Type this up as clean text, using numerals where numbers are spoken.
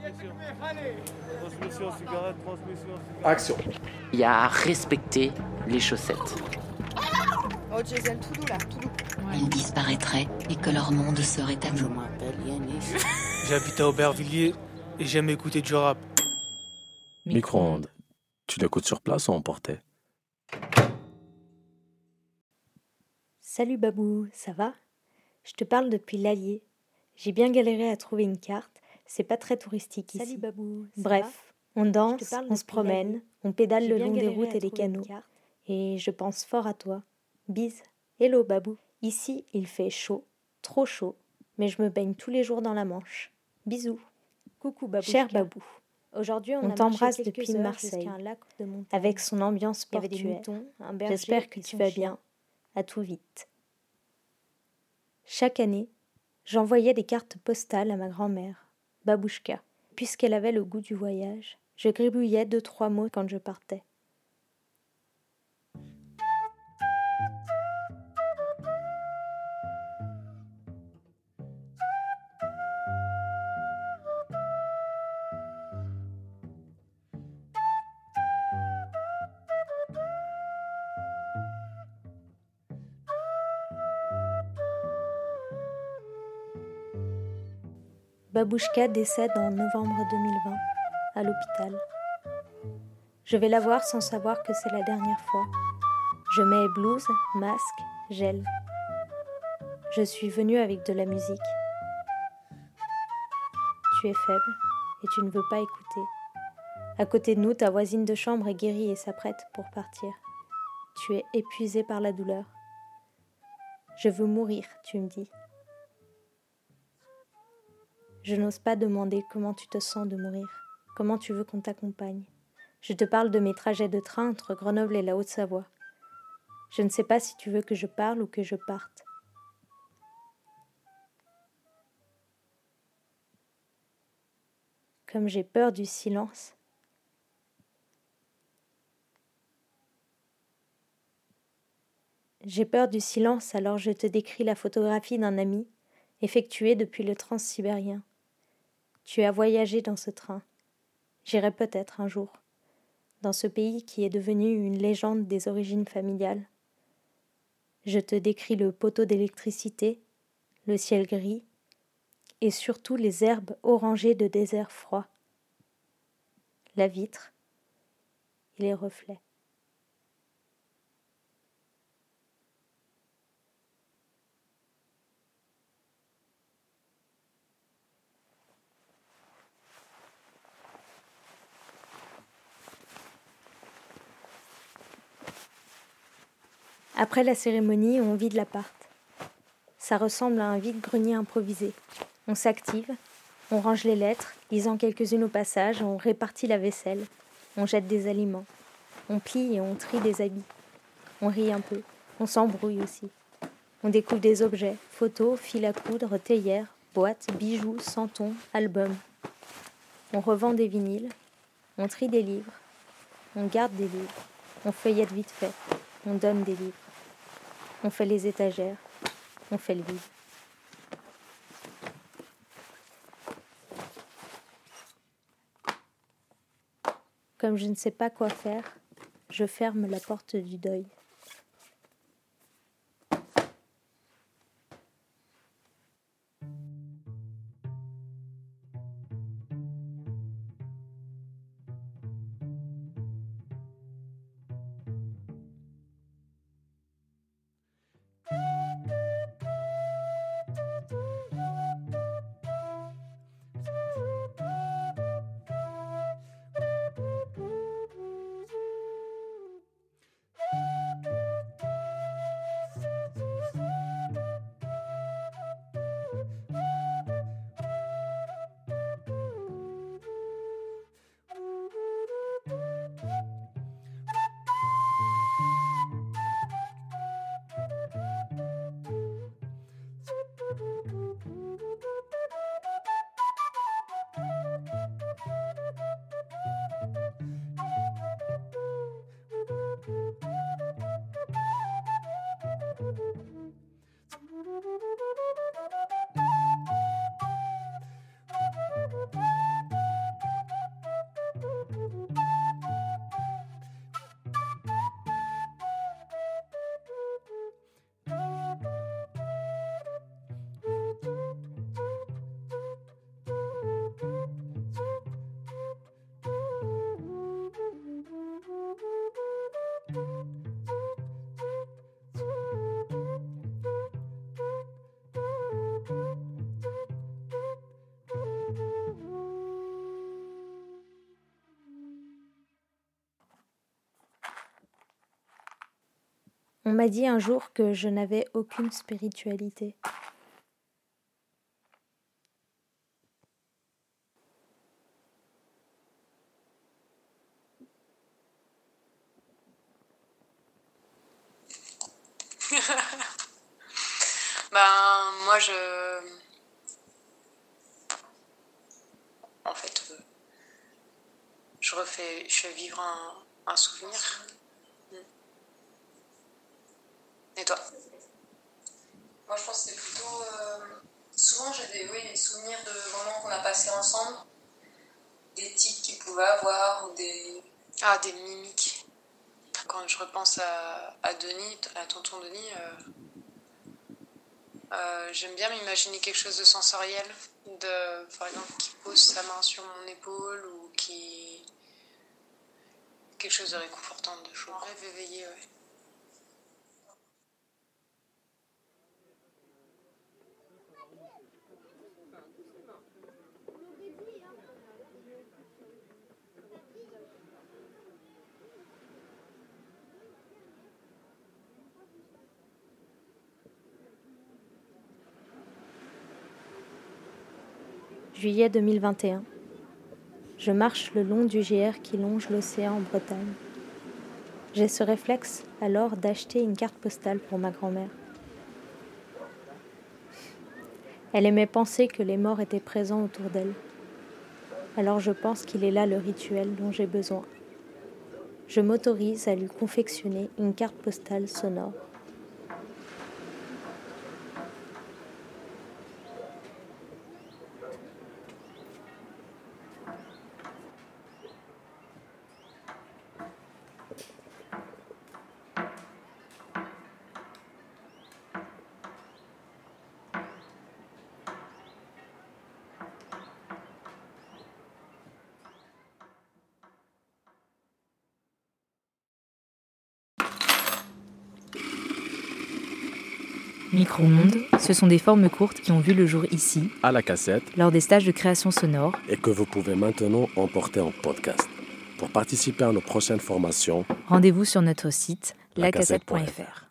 Action. Il y a à respecter les chaussettes. Oh Jason, tout doux là, tout doux. Ils disparaîtraient et que leur monde serait à nous. J'habite à Aubervilliers et j'aime écouter du rap. Micro-ondes. Tu l'écoutes sur place ou emporté? Salut Babou, ça va? Je te parle depuis l'Allier. J'ai bien galéré à trouver une carte, c'est pas très touristique ici. Salut Babou, ça Bref, va? on danse, on se promène, on pédale le long des routes et des canaux. Et je pense fort à toi. Bise. Hello Babou. Ici, il fait chaud, trop chaud, mais je me baigne tous les jours dans la Manche. Bisous. Coucou Babou. Cher Babou. Aujourd'hui, on t'embrasse depuis Marseille, avec son ambiance portuaire. J'espère que tu vas bien. À tout vite. Chaque année, j'envoyais des cartes postales à ma grand-mère, Babouchka. Puisqu'elle avait le goût du voyage, je gribouillais 2-3 mots quand je partais. Babouchka décède en novembre 2020, à l'hôpital. Je vais la voir sans savoir que c'est la dernière fois. Je mets blouse, masque, gel. Je suis venue avec de la musique. Tu es faible et tu ne veux pas écouter. À côté de nous, ta voisine de chambre est guérie et s'apprête pour partir. Tu es épuisée par la douleur. Je veux mourir, tu me dis. Je n'ose pas demander comment tu te sens de mourir, comment tu veux qu'on t'accompagne. Je te parle de mes trajets de train entre Grenoble et la Haute-Savoie. Je ne sais pas si tu veux que je parle ou que je parte. Comme j'ai peur du silence. J'ai peur du silence, alors je te décris la photographie d'un ami, effectuée depuis le transsibérien. Tu as voyagé dans ce train. J'irai peut-être un jour, dans ce pays qui est devenu une légende des origines familiales. Je te décris le poteau d'électricité, le ciel gris, et surtout les herbes orangées de désert froid, la vitre et les reflets. Après la cérémonie, on vide l'appart. Ça ressemble à un vide-grenier improvisé. On s'active, on range les lettres, lisant quelques-unes au passage, on répartit la vaisselle, on jette des aliments, on plie et on trie des habits. On rit un peu, on s'embrouille aussi. On découvre des objets, photos, fils à coudre, théières, boîtes, bijoux, santons, albums. On revend des vinyles, on trie des livres, on garde des livres, on feuillette vite fait, on donne des livres. On fait les étagères, on fait le vide. Comme je ne sais pas quoi faire, je ferme la porte du deuil. On m'a dit un jour que je n'avais aucune spiritualité. Moi en fait, je fais vivre un souvenir. Et toi? Moi, je pense que c'est plutôt... souvent, j'ai des souvenirs de moments qu'on a passés ensemble, des tics qu'ils pouvaient avoir, ou des... Ah, des mimiques. Quand je repense à Denis, à tonton Denis, j'aime bien m'imaginer quelque chose de sensoriel, par exemple, qui pose sa main sur mon épaule, ou qui... quelque chose de réconfortant, de chaud. Un rêve éveillé, ouais. Juillet 2021. Je marche le long du GR qui longe l'océan en Bretagne. J'ai ce réflexe alors d'acheter une carte postale pour ma grand-mère. Elle aimait penser que les morts étaient présents autour d'elle. Alors je pense qu'il est là le rituel dont j'ai besoin. Je m'autorise à lui confectionner une carte postale sonore. Micro-ondes, ce sont des formes courtes qui ont vu le jour ici, À la cassette, lors des stages de création sonore, et que vous pouvez maintenant emporter en podcast. Pour participer à nos prochaines formations, rendez-vous sur notre site lacassette.fr. lacassette.fr.